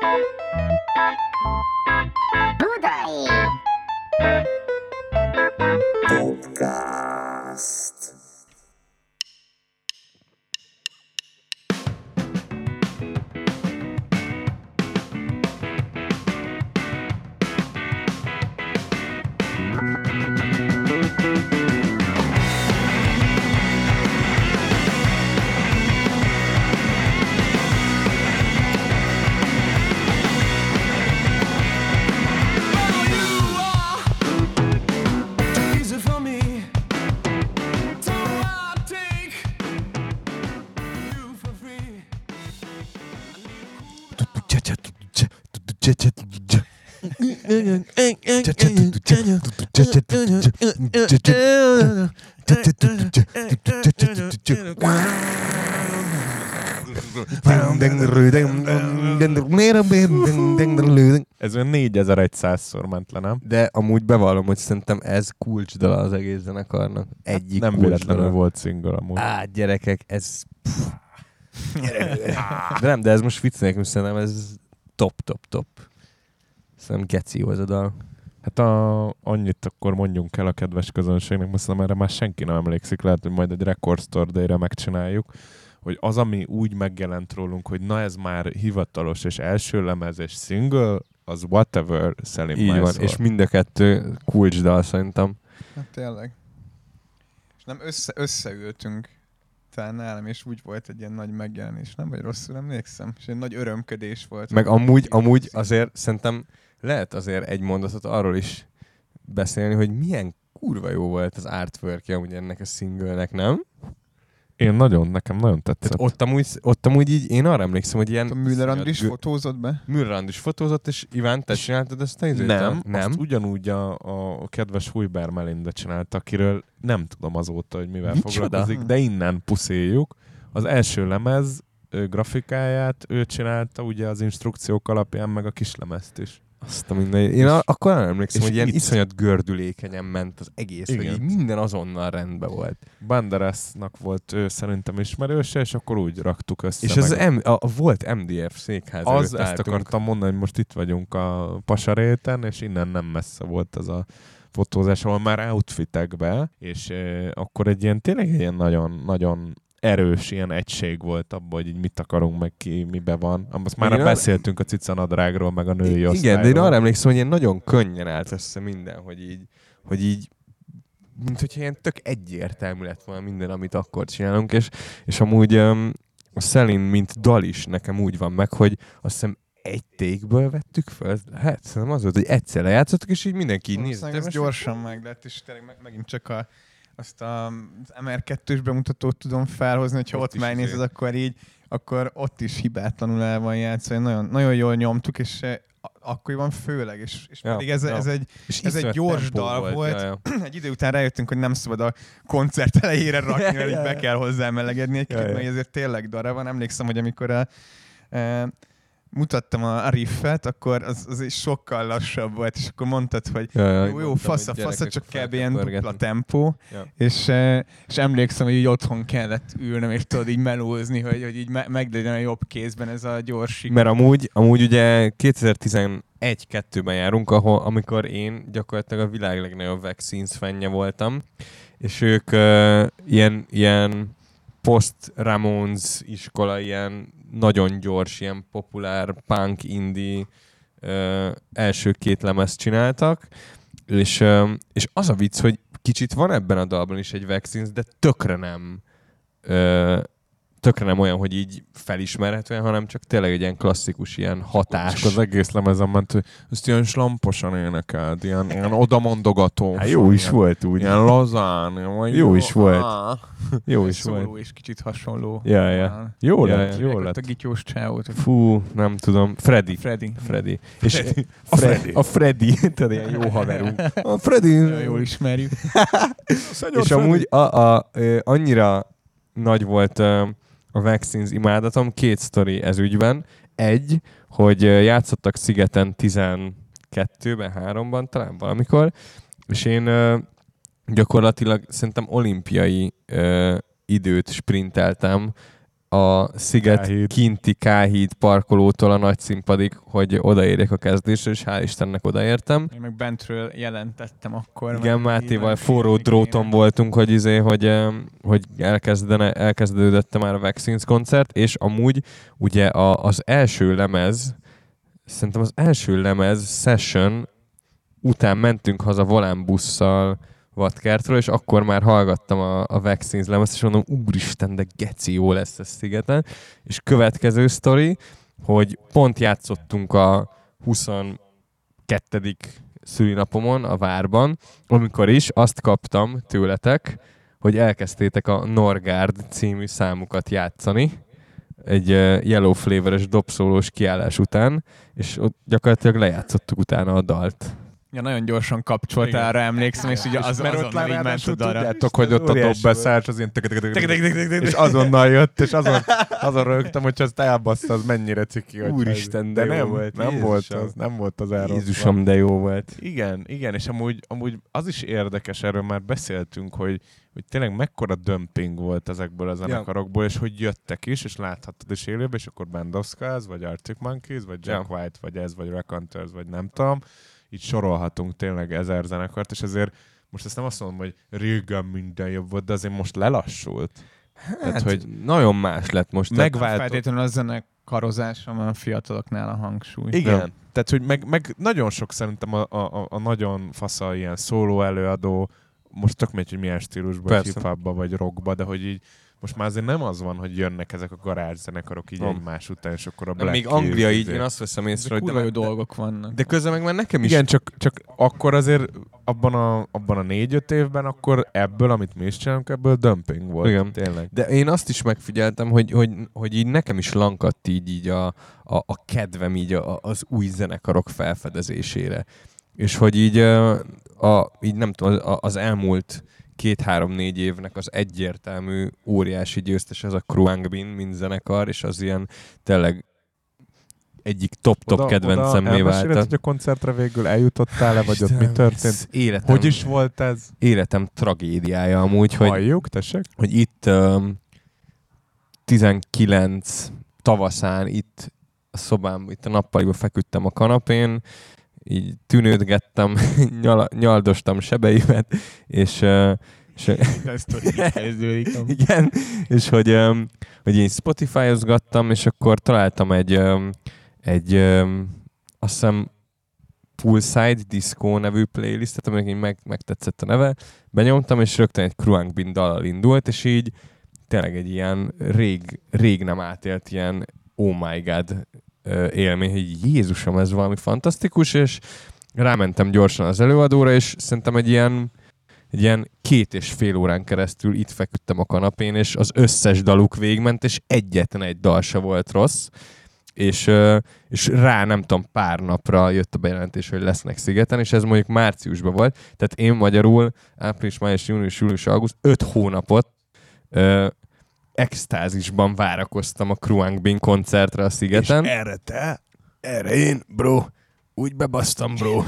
Podcast. Ez olyan 4100-szor ment le, nem? De amúgy bevallom, hogy szerintem ez kulcsdala az egész zenekarnak. Egyik Nem véletlenül volt single amúgy. Gyerekek, ez... De nem, de ez most vicc nélkül, szerintem ez top. Szerintem geci jó ez a dal. Hát annyit akkor mondjunk el a kedves közönségnek, most szerintem erre már senki nem emlékszik, lehet, hogy majd egy Record Store Day-re megcsináljuk, hogy az, ami úgy megjelent rólunk, hogy na ez már hivatalos és első lemez és single, az Whatever Selling Így My van, Soul. és mind a kettő kulcsdal szerintem. Hát tényleg. És nem összeültünk talán nálam, és úgy volt egy ilyen nagy megjelenés, nem? Vagy rosszul emlékszem? És egy nagy örömködés volt. Meg amúgy azért szerintem lehet azért egy mondatot arról is beszélni, hogy milyen kurva jó volt az artworkja amúgy ennek a singlenek, nem? Nekem nagyon tetszett. Tehát ott amúgy így, én arra emlékszem, hogy ilyen... A Müller Andris fotózott be? Müller Andris fotózott, és Iván, te csináltad ezt a izét? Nem, Nem. azt ugyanúgy a kedves Hujber Melinda csinálta, akiről nem tudom azóta, hogy mivel Micsoda? foglalkozik, de innen puszéljük. Az első lemez grafikáját ő csinálta, ugye az instrukciók alapján, meg a kislemezt is. Azt a minden. Én akkor nem emlékszem, és hogy ilyen itt- iszonyat gördülékenyen ment az egész, Igen. hogy így minden azonnal rendben volt. Banderasnak volt ő szerintem ismerőse, és akkor úgy raktuk össze. És meg az volt MDF székház az, előtt ezt álltunk. akartam mondani, hogy most itt vagyunk a Pasaréten, és innen nem messze volt az a fotózás, ahol már outfitekbe, és akkor tényleg egy ilyen nagyon erős ilyen egység volt abban, hogy így mit akarunk, meg ki mibe van. Azt már Igen, beszéltünk a cicanadrágról, meg a női osztályról. Igen, de én arra emlékszem, hogy ilyen nagyon könnyen állt össze minden, hogy így mint hogyha ilyen tök egyértelmű lett volna minden, amit akkor csinálunk, és amúgy a Selin, mint dal is nekem úgy van meg, hogy azt hiszem egy take-ből vettük fel, hát szerintem az volt, hogy egyszer lejátszottuk, és így mindenki így nézett. Ez gyorsan meg lett, és tényleg megint csak azt az MR2-s bemutatót tudom felhozni, hogyha ott megnézed, akkor ott is hibátlanul el van játszva. Nagyon, nagyon jól nyomtuk, és akkoriban főleg, és pedig ez egy gyors dal volt. Ja. Egy idő után rájöttünk, hogy nem szabad a koncert elejére rakni, mert így be kell hozzá melegedni egy kicsit, mert ezért tényleg dara van. Emlékszem, hogy amikor mutattam a riffet, akkor az is sokkal lassabb volt, és akkor mondtad, hogy jó, fasz, csak kb. Ilyen dupla tempó, és emlékszem, hogy így otthon kellett ülnöm, és tudod így melózni, hogy így meglegyen a jobb kézben ez a gyors. Mert amúgy ugye 2011-2-ben járunk, amikor én gyakorlatilag a világ legnagyobb Vaccines fenje voltam, és ők ilyen post-Ramones iskola, ilyen nagyon gyors, ilyen populár punk, indie első két lemezt csináltak, és az a vicc, hogy kicsit van ebben a dalban is egy Vaccines, de tökre nem olyan, hogy így felismerhetően, hanem csak tényleg egy ilyen klasszikus ilyen hatás. Csak az egész lemezen ment, hogy ezt ilyen slamposan énekelt, ilyen odamondogató. Hát jó is volt úgy. Ilyen lazán. Jó is volt. Jó is szóló volt. is kicsit hasonló. Ja. Jó Ja, lett, ja. jó lett. A gityós csávót. Fú, nem tudom. Freddy. És a Freddy. Tehát ilyen jó haverunk. A Freddy. Jól ismerjük. És amúgy annyira nagy volt a Vaccines imádatom, 2 sztori ez ügyben. Egy, hogy játszottak Szigeten 12-ben, 3-ban, talán valamikor, és én gyakorlatilag szerintem olimpiai időt sprinteltem a sziget kinti K-híd parkolótól a nagy színpadig, hogy odaérjek a kezdésre, és hál' Istennek odaértem. Én meg bentről jelentettem akkor. Igen, Mátéval forró dróton voltunk, hogy elkezdődött már a Vaccines koncert, és amúgy ugye az első lemez, szerintem az első lemez session után mentünk haza volánbusszal Vadkertről, és akkor már hallgattam a Vaccines lemezt, és mondom, úristen, de geci jó lesz ez szigeten. És következő sztori, hogy pont játszottunk a 22. szülinapomon a Várban, amikor is azt kaptam tőletek, hogy elkezdtétek a Norgard című számukat játszani, egy Yellow Flavor-es dobszólós kiállás után, és ott gyakorlatilag lejátszottuk utána a dalt. Ja, nagyon gyorsan kapcsoltára emlékszem, és ugye azonnal így ment a darab. Tudjátok, hogy ott a dobbeszárs, az ilyen és azonnal jött, és azon rögtem, hogy azt elbassza, az mennyire ciki. Úristen, de jó volt. Nem volt az elrosszva. Jézusom, de jó volt. Igen, és amúgy az is érdekes, erről már beszéltünk, hogy tényleg mekkora dömping volt ezekből a zenekarokból, és hogy jöttek is, és láthattad is élőben, és akkor Band of Skulls, vagy Arctic Monkeys, vagy Jack White, vagy ez, vagy Raconteurs, vagy nem tudom. Így sorolhatunk tényleg 1000 zenekart, és ezért most ezt nem azt mondom, hogy régen minden jobb volt, de azért most lelassult. Tehát, hogy nagyon más lett most. Megváltozott. Feltétlenül a zenekarozásra van a fiataloknál a hangsúly. Igen. Tehát, hogy meg nagyon sok szerintem a nagyon fasza ilyen szóló előadó, most tök megy, hogy milyen stílusban, hip-hopba vagy rockba, de hogy így most már azért nem az van, hogy jönnek ezek a garázszenekarok így egymás után, és akkor a Black Még Anglia így, én azt veszem észre, hogy kurva jó dolgok vannak. De közben meg már nekem is... Igen, csak akkor azért abban a 4-5 évben akkor ebből, amit mi is csinálunk, ebből dumping volt. Igen. Tényleg. De én azt is megfigyeltem, hogy így nekem is lankadt így a kedvem így az új zenekarok felfedezésére. És hogy így nem tudom, az elmúlt 2-3-4 évnek az egyértelmű óriási győztes az a Kruang Bin, mint zenekar, és az ilyen tényleg egyik top kedvencemmé vált. Hogy a koncertre végül eljutottál-e, vagy ott mi történt? Hogy is volt ez? Életem tragédiája amúgy, Halljuk, tessék? Hogy itt 19 tavaszán itt a szobám, itt a nappaliba feküdtem a kanapén, így tűnődgettem, nyaldostam sebeimet, és igen, és hogy én Spotify-ozgattam, és akkor találtam egy azt hiszem Poolside Disco nevű playlistet, aminek megtetszett a neve, benyomtam, és rögtön egy Kruang Bin dallal indult, és így tényleg egy ilyen rég nem átélt ilyen oh my god élmény, hogy Jézusom, ez valami fantasztikus, és rámentem gyorsan az előadóra, és szerintem egy ilyen 2,5 órán keresztül itt feküdtem a kanapén, és az összes daluk végment, és egyetlen egy dal se volt rossz, és rá nem tudom, pár napra jött a bejelentés, hogy lesznek szigeten, és ez mondjuk márciusban volt, tehát én magyarul április, május, június, július, augusztus 5 hónapot extázisban várakoztam a Kruang Bin koncertre a szigeten. És erre én, bro, úgy bebasztam, bro.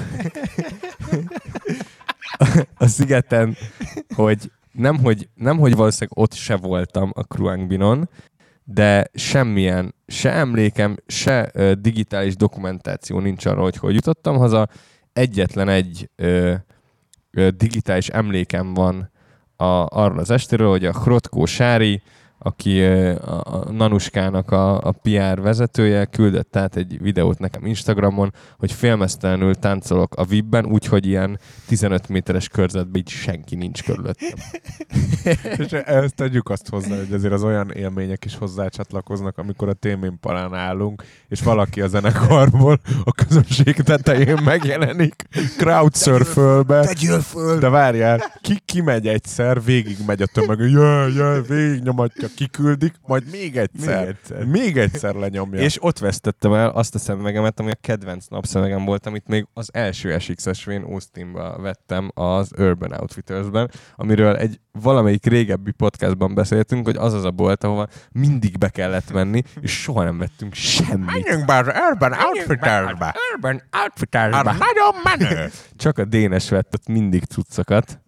A szigeten, hogy nem, hogy valószínűleg ott se voltam a Kruang Binon, de semmilyen, se emlékem, se digitális dokumentáció nincs arról, hogy jutottam haza. Egyetlen egy digitális emlékem van arról az estéről, hogy a Hrotko Sári, aki a Nanuskának a PR vezetője, küldött át egy videót nekem Instagramon, hogy félmeztelenül táncolok a VIP-ben, úgyhogy ilyen 15 méteres körzetben így senki nincs körülöttem. És ezt tegyük azt hozzá, hogy azért az olyan élmények is hozzácsatlakoznak, amikor a Témimpalán állunk, és valaki a zenekarból a közönség tetején megjelenik, crowdsurfölbe. Tegyél föl! De várjál, ki megy egyszer, végig megy a tömeg, végig nyomatja, kiküldik, majd még egyszer lenyomja. És ott vesztettem el azt a szemüvegemet, ami a kedvenc napszemegem volt, amit még az első SX-esvén Austinba vettem az Urban Outfittersben, amiről egy valamelyik régebbi podcastban beszéltünk, hogy az a bolt, ahova mindig be kellett menni, és soha nem vettünk semmit. Menjünk be az Urban Outfittersbe! Urban Outfittersbe! Nagyon menő! Csak a Dénes vett ott mindig cuccokat.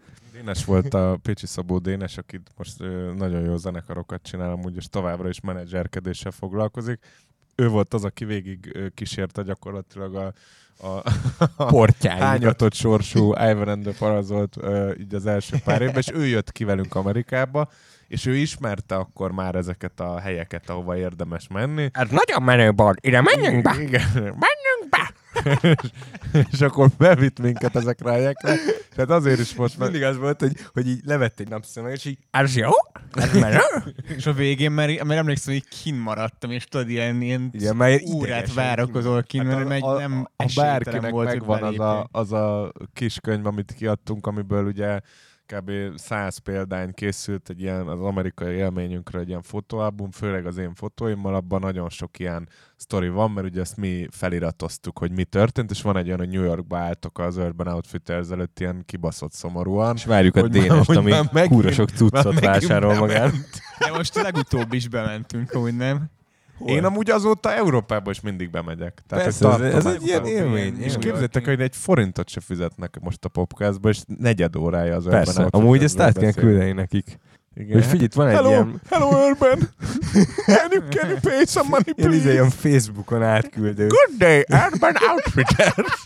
Dénes volt a Pécsi Szabó Dénes, aki most nagyon jó zenekarokat csinál, amúgy és továbbra is menedzserkedéssel foglalkozik. Ő volt az, aki végig kísérte gyakorlatilag a portyáinkat. hányatott sorsú Ivan and the Parazolt így az első pár évben, és ő jött ki velünk Amerikába, és ő ismerte akkor már ezeket a helyeket, ahova érdemes menni. Ez nagyon menő bor, ide menjünk be! Igen. Menjünk be! és akkor bevitt minket ezekre a helyekre. Tehát azért is most... Mindig az volt, hogy így levett egy napszemüveget, és így, ez jó? Ez menő? És a végén, mert emlékszem, hogy kint maradtam, és tudod, ilyen igen, már órát várakozol kint, mert nem bárkinek volt, megvan az a kis könyv, amit kiadtunk, amiből ugye kb. 100 példány készült egy ilyen az amerikai élményünkre egy ilyen fotóalbum, főleg az én fotóimmal, abban nagyon sok ilyen sztori van, mert ugye ezt mi feliratoztuk, hogy mi történt, és van egy olyan, hogy New Yorkba álltok az Urban Outfitters előtt ilyen kibaszott szomorúan. És várjuk a Dénest, ami kúra sok cuccot vásárol magán. De most legutóbb is bementünk, hogy nem? Hol? Én amúgy azóta Európába is mindig bemegyek. Tehát, persze, ez egy ilyen élmény. És képzeljétek, hogy egy forintot se fizetnek most a Popcastba, és 4 órája az persze, Urban amúgy ezt át kell küldeni nekik. Igen. Hogy figyelj, van egy ilyen... Hello Urban! Can you pay some money, please? Ilyen Facebookon átküldő. Good day, Urban Outfitters!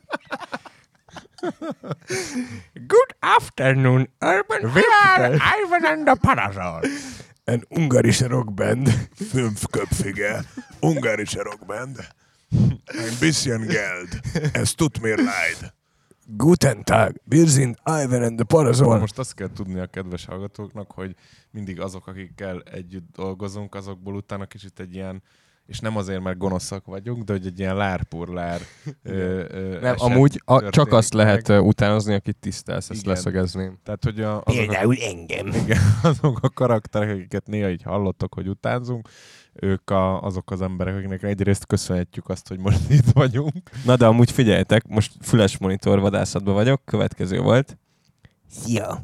Good afternoon, Urban Outfitters! Ivan and the Parazol! An ungarische Rockband. 5 Köpfige, ungarische Rockband. Ein bisschen Geld. Es tut mir leid. Guten Tag, wir sind Ivan and the Parazol. Most azt kell tudni a kedves hallgatóknak, hogy mindig azok, akikkel együtt dolgozunk, azokból utána kicsit egy ilyen, és nem azért, mert gonoszak vagyunk, de hogy egy ilyen lárpurlár nem, amúgy csak azt lehet utánozni, akit tisztelsz, ezt leszögezném. Tehát, hogy például engem. Igen, azok a karakterek, akiket néha így hallottok, hogy utánzunk, ők azok az emberek, akiknek egyrészt köszönhetjük azt, hogy most itt vagyunk. Na de amúgy figyeljetek, most füles monitor vadászatban vagyok, következő volt. Szia!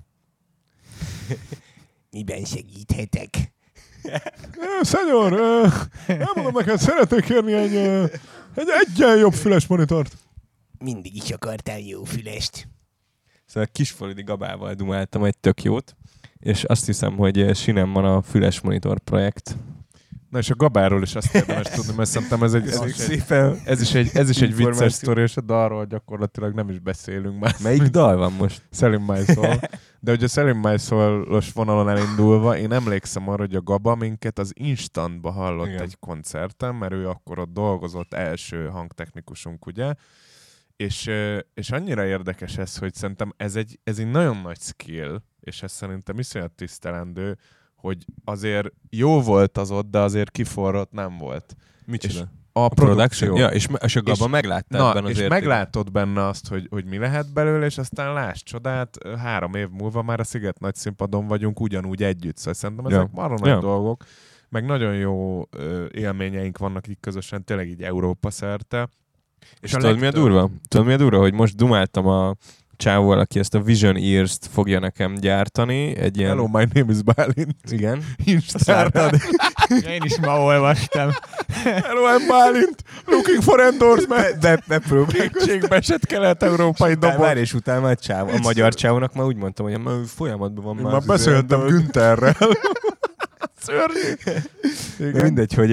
Miben segíthetek? Szenyor, elmondom neked, szeretnék kérni egy egyen jobb füles monitort. Mindig is akartál jó fülest. Szóval Kisfaludi Gabával dumáltam egy tök jót, és azt hiszem, hogy sinem van a füles monitor projekt. Na és a Gabáról is azt érdemes tudni, mert szerintem ez is egy vicces sztori, és a dalról gyakorlatilag nem is beszélünk már. Melyik dal van most? Selim My Soul. De hogy a Selim My Soul-os vonalon elindulva, én emlékszem arra, hogy a Gaba minket az Instantba hallott egy koncerten, mert ő akkor ott dolgozott, első hangtechnikusunk, ugye? És annyira érdekes ez, hogy szerintem ez egy nagyon nagy skill, és ez szerintem iszonyat tisztelendő, hogy azért jó volt az ott, de azért kiforrott nem volt. Micsoda? A produkció. Ja, és a Gaba meglátta ebben az értéket. Meglátod benne azt, hogy mi lehet belőle, és aztán láss csodát, 3 év múlva már a Sziget nagy színpadon vagyunk ugyanúgy együtt. Szóval szerintem ezek marha nagy dolgok, meg nagyon jó élményeink vannak így közösen, tényleg így Európa szerte. És tudod mi a durva? Hogy most dumáltam a csávóval, aki ezt a Vision Ears-t fogja nekem gyártani. Egy ilyen... Hello, my name is Bálint. Igen. Instártad. Én is ma olvastam. Hello, I'm Bálint. Looking for endorsement. Kétségbe esett kelet-európai dobot. Várj, és utána a magyar csávónak már úgy mondtam, hogy folyamatban van már. Már beszéltem Güntherrel. Szörnyű. De mindegy, hogy...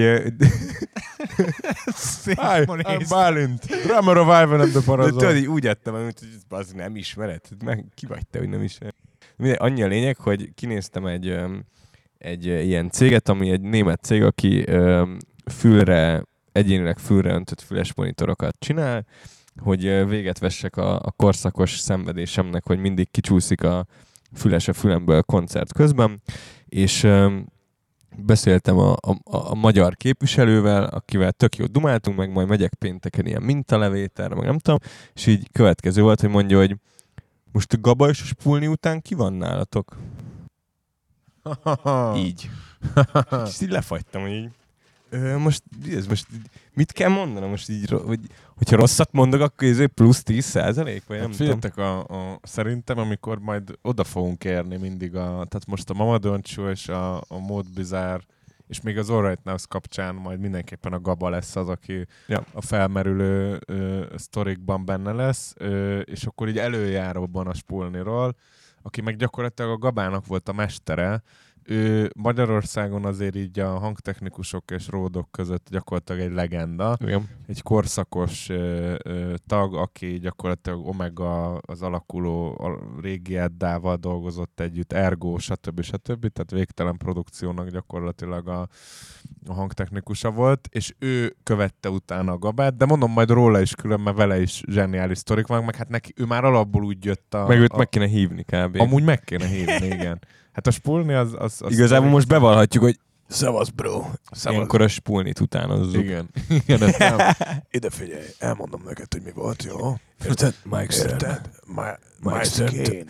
Hi, I'm Bálint. Drummer of Ivan and the Parazol. De tudod, úgy adtam, hogy az nem ismered. Ki vagy te, hogy nem ismered. Annyi a lényeg, hogy kinéztem egy ilyen céget, ami egy német cég, aki egyénileg fülre öntött füles monitorokat csinál, hogy véget vessek a korszakos szenvedésemnek, hogy mindig kicsúszik a füles a fülemből koncert közben, és beszéltem a magyar képviselővel, akivel tök jót dumáltunk, meg majd megyek pénteken ilyen mintalevételre, meg nem tudom, és így következő volt, hogy mondja, hogy most a Gaba és a Spulni után ki van nálatok? Így. És így lefagytam, hogy így. Most mit kell mondanom? Most így, hogyha rosszat mondok, akkor ez plusz 10%? Vagy nem figyeljetek, szerintem, amikor majd oda fogunk érni mindig, tehát most a Mama Don't Show és a Mód Bizarre, és még az All Right Now kapcsán majd mindenképpen a Gaba lesz az, aki a felmerülő sztorikban benne lesz, és akkor így előjáróban a Spulniról, aki meg gyakorlatilag a Gabának volt a mestere. Ő Magyarországon azért így a hangtechnikusok és ródok között gyakorlatilag egy legenda. Igen. Egy korszakos tag, aki gyakorlatilag Omega az alakuló régi Eddával dolgozott együtt, Ergo, stb. Tehát végtelen produkciónak gyakorlatilag a hangtechnikusa volt, és ő követte utána a Gabát, de mondom majd róla is külön, mert vele is zseniális sztorik van, meg hát neki, ő már alapból úgy jött meg őt meg kéne hívni kb. Amúgy meg kéne hívni, igen. Hát a Spulni az igazából most bevallhatjuk, hogy szevasz, bro. Ilyenkor a Spulnit utánozzuk. Igen. Igen, Ide figyelj, elmondom neked, hogy mi volt, jó? Érted? Érted? Mike Kane.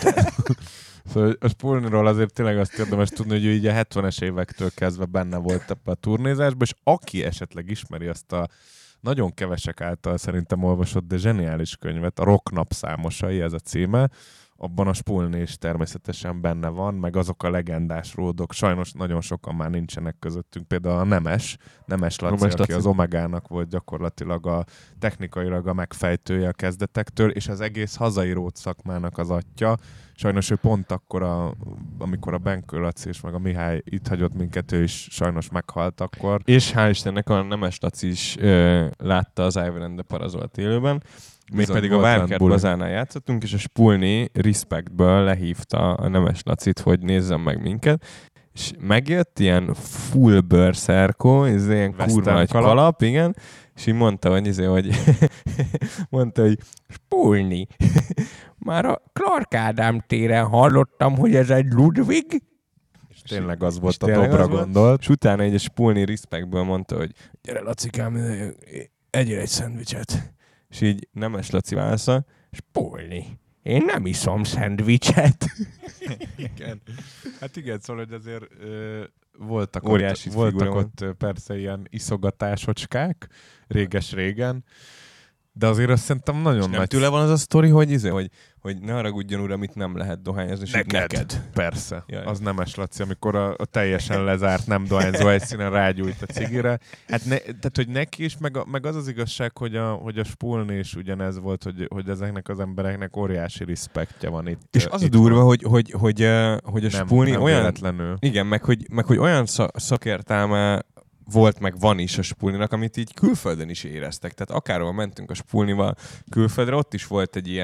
Szóval a Spulniról azért tényleg azt érdemes tudni, hogy ő így a 70-es évektől kezdve benne volt ebbe a turnézásban, és aki esetleg ismeri azt a nagyon kevesek által szerintem olvasott, de zseniális könyvet, a Rock napszámosai, ez a címe, abban a Spulni is természetesen benne van, meg azok a legendás ródok, sajnos nagyon sokan már nincsenek közöttünk, például a Nemes Laci, aki az Omegának volt gyakorlatilag technikailag a megfejtője a kezdetektől, és az egész hazai ród szakmának az atya. Sajnos ő pont akkor, amikor a Benkő Laci és meg a Mihály itt hagyott minket, ő is sajnos meghalt akkor. És hál' Istennek a Nemes Laci is látta az Ivan and the Parazolt élőben. Mi pedig a Várkert Bazánál játszottunk, és a Spulni Respectből lehívta a Nemes Lacit, hogy nézzem meg minket, és megjött ilyen full berserko, ez ilyen kurva nagy kalap, igen, és így mondta, hogy mondta, hogy Spulni, már a Clark Ádám téren hallottam, hogy ez egy Ludwig, és tényleg az volt, a dobra gondolt. És utána egy a Spulni Respectből mondta, hogy gyere Lacikám, egyél egy szendvicset. És így Nemes Laci válasza, Spulni, én nem iszom szendvicset. Igen. Hát igen, szóval, hogy azért voltak ott persze ilyen iszogatásocskák, réges-régen, de azért azt szerintem nagyon nagy... tőle van az a sztori, hogy ne haragudjon uram, itt nem lehet dohányozni. Neked. Persze. Jaj. Az Nemes Laci, amikor a teljesen lezárt, nem dohányzó helyszínen rágyújt a cigire. Hát tehát, hogy neki is, meg az az igazság, hogy a Spulni is ugyanez volt, hogy ezeknek az embereknek óriási respektje van itt. És az a durva, hogy a Spulni nem olyan... Véletlenül. Igen, meg hogy olyan szakértelme volt, meg van is a Spulninak, amit így külföldön is éreztek. Tehát akárhol mentünk a Spulnival külföldre, ott is volt egy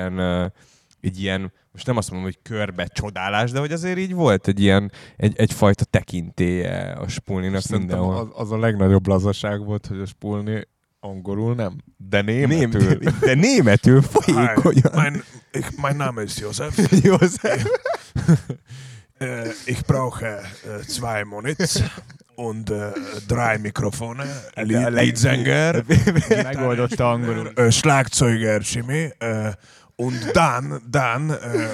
ilyen, most nem azt mondom, hogy körbe csodálás, de hogy azért így volt egyfajta tekintélye a Spulninak mindenhol. Az a legnagyobb lazaság volt, hogy a Spulni angolul nem, de németül. De németül folyékonyan. Mein Name ist Josef. Ich brauche 2 Monitz und 3 Mikrofone, Leadsänger, megoldotta angolul. Schlagzeuger Jimmy, und dann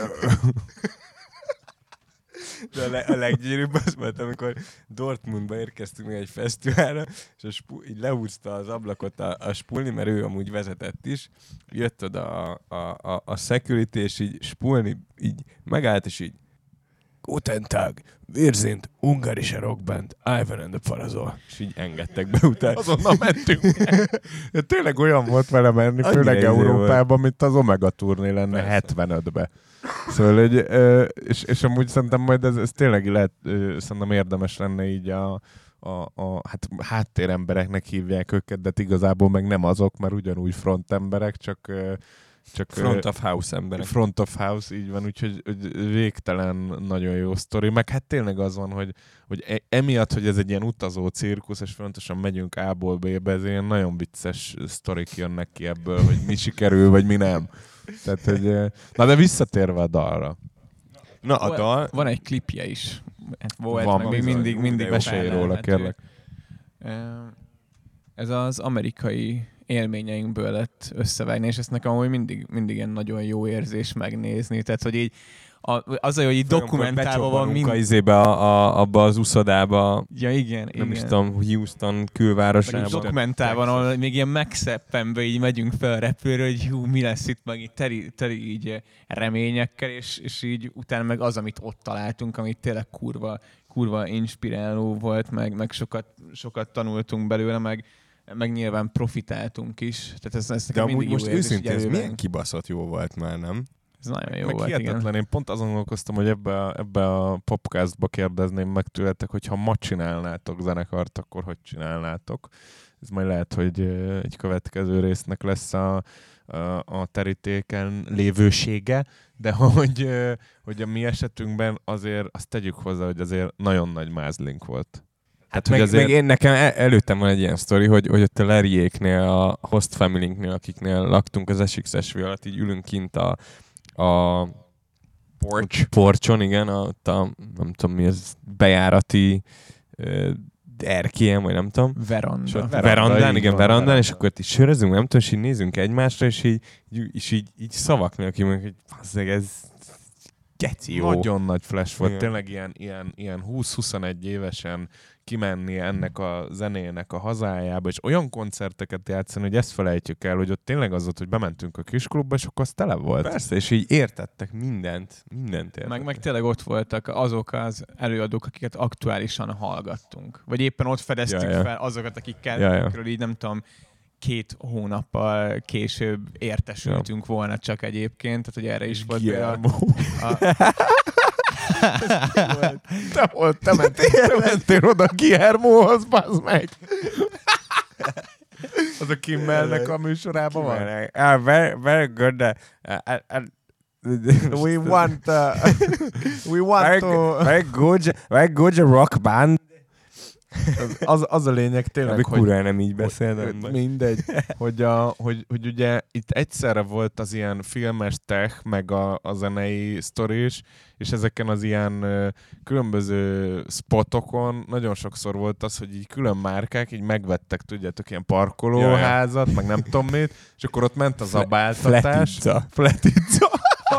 De a leggyűrűbb az volt, amikor Dortmundba érkeztünk egy fesztiválra, és így lehúzta az ablakot a Spulni, mert ő amúgy vezetett is. Jött oda a security, és így Spulni így megállt, és így Guten Tag, wir sind ungarische Rockband, Ivan and the Parazol. És így engedtek be utána. Azonnal mentünk. Tényleg olyan volt vele menni, főleg Európában, mint az Omega turné lenne 75-be. Szóval, és amúgy szerintem majd ez tényleg lehet, szerintem érdemes lenne így hát háttérembereknek hívják őket, de igazából meg nem azok, mert ugyanúgy frontemberek, csak Front of House emberek. Front of House, így van, úgyhogy végtelen nagyon jó sztori. Meg hát tényleg az van, hogy emiatt, hogy ez egy ilyen utazó cirkusz, és fontosan megyünk A-ból B-be, ez ilyen nagyon vicces sztorik jönnek ki ebből, hogy mi sikerül, vagy mi nem. Tehát, hogy... Na, de visszatérve a dalra. Na, a dal... Van egy klipje is. Van, meg még mindig mesélj róla, kérlek. Ez az amerikai élményeinkből lett összevágni, és ezt nekem amúgy mindig ilyen nagyon jó érzés megnézni. Tehát, hogy így az, hogy így dokumentálva van minden... abba az uszodába. Ja, igen. Nem is tudom, Houston külvárosába. Dokumentálva van, ahol még ilyen megszeppenve így megyünk fel a repülőre, hogy hú, mi lesz itt, meg így teli így reményekkel, és így utána meg az, amit ott találtunk, amit tényleg kurva inspiráló volt, meg sokat tanultunk belőle, meg nyilván profitáltunk is. Tehát ez de amúgy most őszintén, ez milyen kibaszott jó volt már, nem? Ez nagyon jó meg volt, hihetetlen. igen. Én pont azon gondolkoztam, hogy ebbe a podcastba kérdezném meg tőletek, hogy ha ma csinálnátok zenekart, akkor hogy csinálnátok? Ez majd lehet, hogy egy következő résznek lesz a terítéken lévősége, de hogy a mi esetünkben azért azt tegyük hozzá, hogy azért nagyon nagy mázlink volt. Hát meg én nekem előttem van egy ilyen sztori, hogy ott a Larryéknél, a host family-nknél, akiknél laktunk az SXS alatt, így ülünk kint a porcson, igen, nem tudom mi ez, bejárati erkélyen, vagy nem tudom. Verandán, és akkor itt is sörözünk, nem tudom, és így nézünk egymásra, és így szavak nélkül mondjuk, hogy bazzeg, ez geci jó. Nagyon nagy flash volt, igen. Tényleg ilyen 20-21 évesen kimenni ennek a zenének a hazájába, és olyan koncerteket játszani, hogy ezt felejtjük el, hogy ott tényleg az volt, hogy bementünk a kisklubba, és akkor az tele volt. Persze, és így értettek mindent értettek. Meg tényleg ott voltak azok az előadók, akiket aktuálisan hallgattunk. Vagy éppen ott fedeztük fel azokat, akikről így nem tudom, 2 hónappal később értesültünk volna csak egyébként, tehát hogy erre is volt Te mentél oda Guillermohoz, bazd meg! Az a Kimmelnek a műsorában van? Very good. We want very good rock band. Az a lényeg tényleg, hogy kurva nem így beszéltem. Mindegy, hogy ugye itt egyszerre volt az ilyen filmes tech, meg a zenei sztori is, és ezeken az ilyen különböző spotokon nagyon sokszor volt az, hogy így külön márkák így megvettek, tudjátok, ilyen parkolóházat, meg nem tudom mit, és akkor ott ment az abáltatás. Fletizza.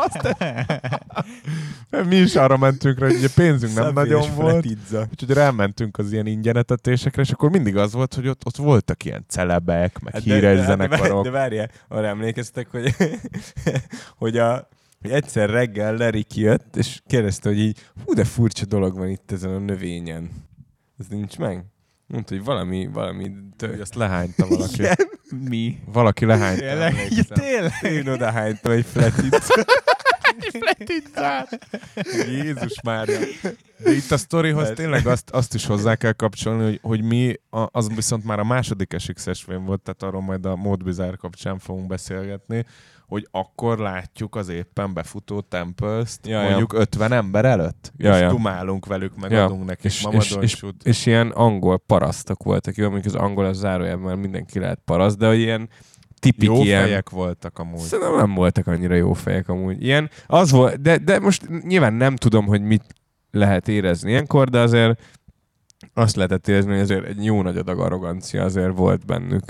Mi is arra mentünk rá, hogy ugye pénzünk nem nagyon volt, úgyhogy rámentünk az ilyen ingyenetetésekre, és akkor mindig az volt, hogy ott voltak ilyen celebek, meg híres zenekarok. De várjál, arra emlékeztek, hogy egyszer reggel Larry kijött, és kérdezte, hogy így, de furcsa dolog van itt ezen a növényen. Ez nincs meg? Mondta, hogy valami hogy azt lehányta valaki. Igen. Mi? Valaki lehányta. Tényleg? Én oda hánytam egy fletit. Fletizát! Jézus Mária! De itt a sztorihoz tényleg azt is hozzá kell kapcsolni, hogy mi, az viszont már a második SXS-vén volt, tehát arról majd a Mód Bizarre kapcsán fogunk beszélgetni, hogy akkor látjuk az éppen befutó Tempest mondjuk 50 ember előtt, és dumálunk velük, meg adunk nekik mamadonsút. És ilyen angol parasztok voltak, jó, mondjuk az angol az zárójelben már mindenki lehet paraszt, de ilyen tipik jó ilyen... fejek voltak amúgy. Szerintem nem voltak annyira jó fejek amúgy. Ilyen, az volt, de most nyilván nem tudom, hogy mit lehet érezni ilyenkor, de azért azt lehetett érezni, hogy azért egy jó nagy adag arrogancia azért volt bennük.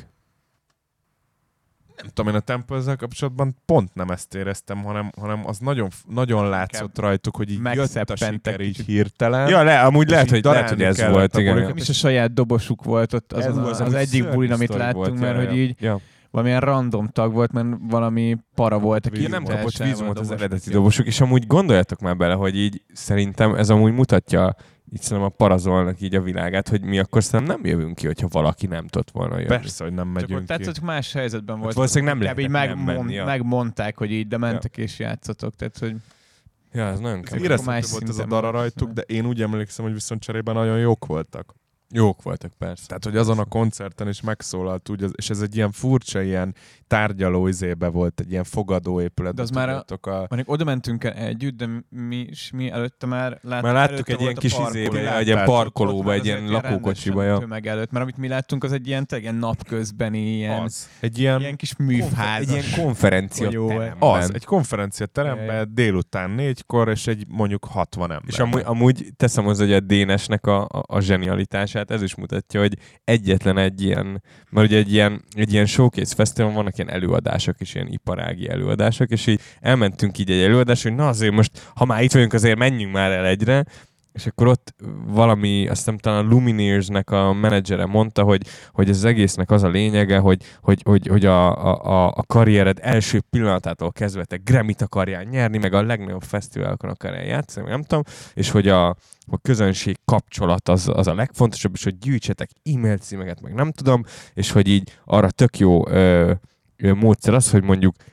Nem tudom, én a Temple-zel kapcsolatban pont nem ezt éreztem, hanem az nagyon, nagyon látszott rajtuk, hogy így jött a siker így hirtelen. Ja, amúgy lehet, hogy ez volt, igen. Nem is a saját dobosuk volt ott az egyik bulin, amit láttunk, mert hogy így valamilyen random tag volt, mert valami para volt, aki nem kapott vízumot az eredeti dobosuk, és amúgy gondoljatok már bele, hogy így szerintem ez amúgy mutatja így szerintem a parazolnak így a világát, hogy mi akkor szerintem nem jövünk ki, hogyha valaki nem tudott volna jönni. Persze, hogy nem megyünk ki. Tehát más helyzetben volt. Valószínűleg nem lehet megmondták, hogy így, de mentek és játszatok. Tehát, hogy ja, ez nagyon kemény. Érezhető volt ez a dara rajtuk, de én úgy emlékszem, hogy viszont cserében nagyon jók voltak. Jók voltak, persze. Tehát, hogy azon a koncerten is megszólalt úgy, és ez egy ilyen furcsa, ilyen tárgyaló izébe volt, egy ilyen fogadóépület. De az már oda mentünk el együtt, de mi előtte már láttuk egy ilyen kis izébe, egy ilyen parkolóba, egy ilyen lakókocsiba. Mert amit mi láttunk, az egy ilyen napközbeni ilyen kis műfház. Egy ilyen konferenciateremben. Egy konferenciateremben délután 4-kor, és egy mondjuk 60 ember. És amúgy teszem hozzá, hogy a Dénesnek a zsenialitását, ez is mutatja, hogy egyetlen egy ilyen, mert ugye egy ilyen showcase fesztiválon vannak ilyen előadások is, ilyen iparági előadások, és így elmentünk így egy előadásra, hogy na azért most, ha már itt vagyunk, azért menjünk már el egyre, és akkor ott valami, azt hiszem talán a Lumineers-nek a menedzsere mondta, hogy az egésznek az a lényege, hogy a karriered első pillanatától kezdve te Grammy-t akarjál nyerni, meg a legnagyobb fesztiválokon akarjál játszani, nem tudom, és hogy a közönség kapcsolat az a legfontosabb, és hogy gyűjtsetek e-mail címeket, meg nem tudom, és hogy így arra tök jó módszer az, hogy mondjuk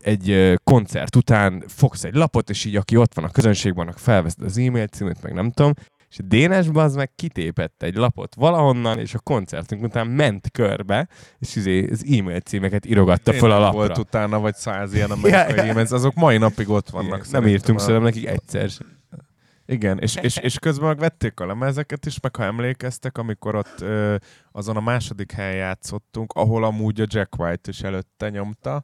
egy koncert után fogsz egy lapot, és így aki ott van a közönségben, annak felveszed az e-mail címét, meg nem tudom, és a Dénesben az meg kitépett egy lapot valahonnan, és a koncertünk után ment körbe, és az e-mail címeket írogatta föl a lapra. Volt utána, vagy 100 ilyen amerikai e-mail, azok mai napig ott vannak. Igen, nem írtunk szerintem nekik egyszer. Igen, és közben meg vették a lemezeket is, meg ha emlékeztek, amikor ott azon a második helyen játszottunk, ahol amúgy a Jack White is előtte nyomta,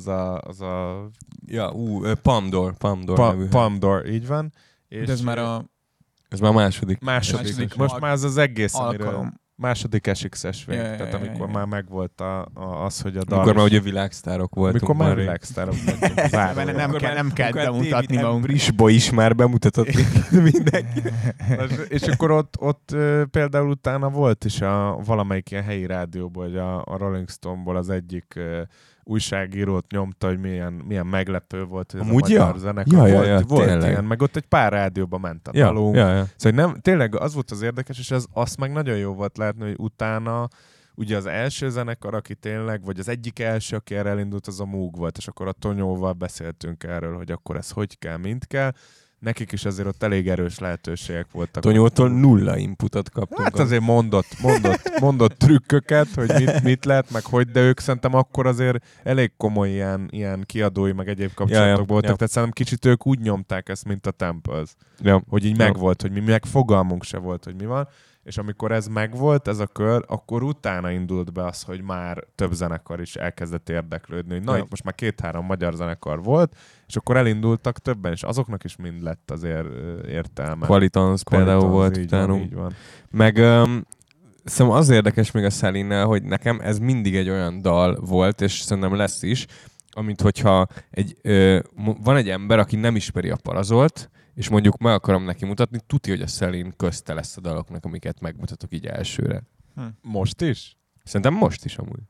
Palm Door nevű. Palm Door, így van. És de ez már a második. Második. Most már az egész, amiről második SX-es vég, tehát amikor már megvolt az, hogy a dal... Amikor már ugye világsztárok voltunk. Amikor már világsztárok voltunk. Nem kell bemutatni magunk. Brisbo is már bemutatott mindenki. És akkor ott például utána volt is valamelyik ilyen helyi rádióból, hogy a Rolling Stone-ból az egyik újságírót nyomta, hogy milyen meglepő volt, hogy ez a magyar zenekar volt ilyen, meg ott egy pár rádióban ment a dalunk. Szóval nem, tényleg az volt az érdekes, és azt meg nagyon jó volt látni, hogy utána ugye az első zenekar, aki tényleg, vagy az egyik első, aki erre elindult, az a Moog volt, és akkor a Tonyóval beszéltünk erről, hogy akkor ez hogy kell, mint kell. Nekik is azért ott elég erős lehetőségek voltak. Tonyótól 0 inputot kaptunk. Hát azért mondott trükköket, hogy mit lehet, meg hogy, de ők szerintem akkor azért elég komoly ilyen kiadói, meg egyéb kapcsolatok voltak, tehát szerintem kicsit ők úgy nyomták ezt, mint a Temples. Hogy így megvolt, hogy mi meg fogalmunk se volt, hogy mi van. És amikor ez megvolt, ez a kör, akkor utána indult be az, hogy már több zenekar is elkezdett érdeklődni, hogy itt most már 2-3 magyar zenekar volt, és akkor elindultak többen, és azoknak is mind lett azért értelme. Qualitans például volt utánunk. Így van. Meg szerintem az érdekes még a Céline-nel, hogy nekem ez mindig egy olyan dal volt, és szerintem lesz is, amint hogyha van egy ember, aki nem ismeri a Parazolt, és mondjuk meg akarom neki mutatni, tudja, hogy a Céline közte lesz a daloknak, amiket megmutatok így elsőre. Most is? Szerintem most is amúgy.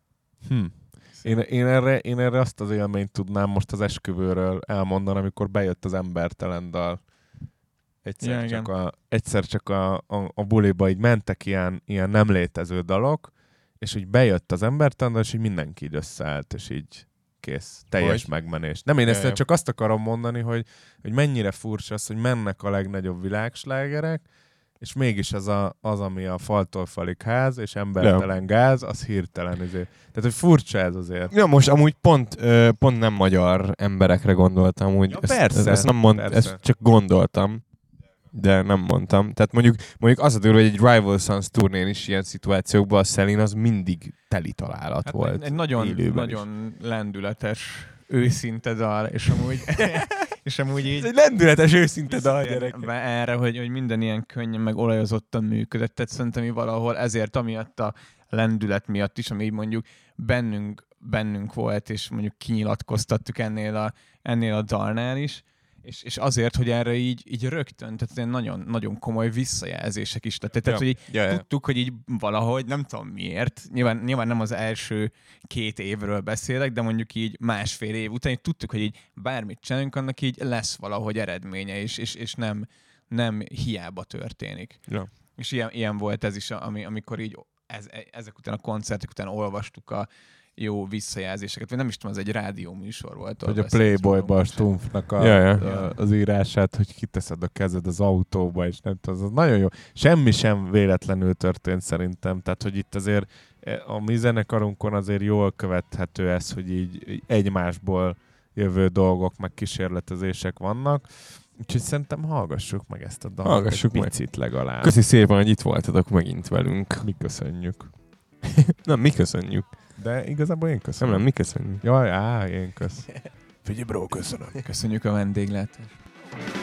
Én erre azt az élményt tudnám most az esküvőről elmondani, amikor bejött az Embertelen dal. Egyszer csak a buliba így mentek ilyen nem létező dalok, és így bejött az Embertelen dal, és így mindenki így összeállt, és így kész, teljes megmenés. Nem, én ezt csak azt akarom mondani, hogy mennyire furcsa az, hogy mennek a legnagyobb világslágerek, és mégis az, ami a faltól falig ház, és Embertelen gáz, az hirtelen azért. Tehát, hogy furcsa ez azért. Ja, most amúgy pont nem magyar emberekre gondoltam. Úgy persze. Ezt csak gondoltam, de nem mondtam. Tehát mondjuk az a durva, hogy egy Rival Sons turnén is ilyen szituációkban a Céline az mindig teli találat volt. Egy nagyon lendületes őszinte dal, és amúgy így... Ez egy lendületes őszinte dal, gyerek. Erre, hogy minden ilyen könnyen, meg olajozottan működött, tehát szerintem valahol ezért amiatt a lendület miatt is, ami így mondjuk bennünk volt, és mondjuk kinyilatkoztattuk ennél a dalnál is, és azért, hogy erre így rögtön, tehát nagyon, nagyon komoly visszajelzések is lettek. Tehát, hogy tudtuk, hogy így valahogy, nem tudom miért, nyilván nem az első 2 évről beszélek, de mondjuk így 1,5 év után így tudtuk, hogy így bármit csinálunk, annak így lesz valahogy eredménye is, és nem hiába történik. Ja. És ilyen volt ez is, amikor így ezek után a koncertek után olvastuk a jó visszajelzéseket, vagy nem is tudom, az egy rádió műsor volt. Hogy a Playboy-ba a Stumpfnak az írását, hogy kiteszed a kezed az autóba, és nem tudom, az nagyon jó. Semmi sem véletlenül történt szerintem, tehát hogy itt azért a mi zenekarunkon azért jól követhető ez, hogy így egymásból jövő dolgok, meg kísérletezések vannak. Úgyhogy szerintem hallgassuk meg ezt a dalt. Hallgassuk meg. Picit legalább. Köszi szépen, hogy itt voltatok megint velünk. Mi köszönjük. Nem, mi köszönjük. De igazából én köszönöm. Nem, mi köszönjük. Jaj, én köszönöm. Figyelj, bro, köszönöm. Köszönjük a vendéglátást.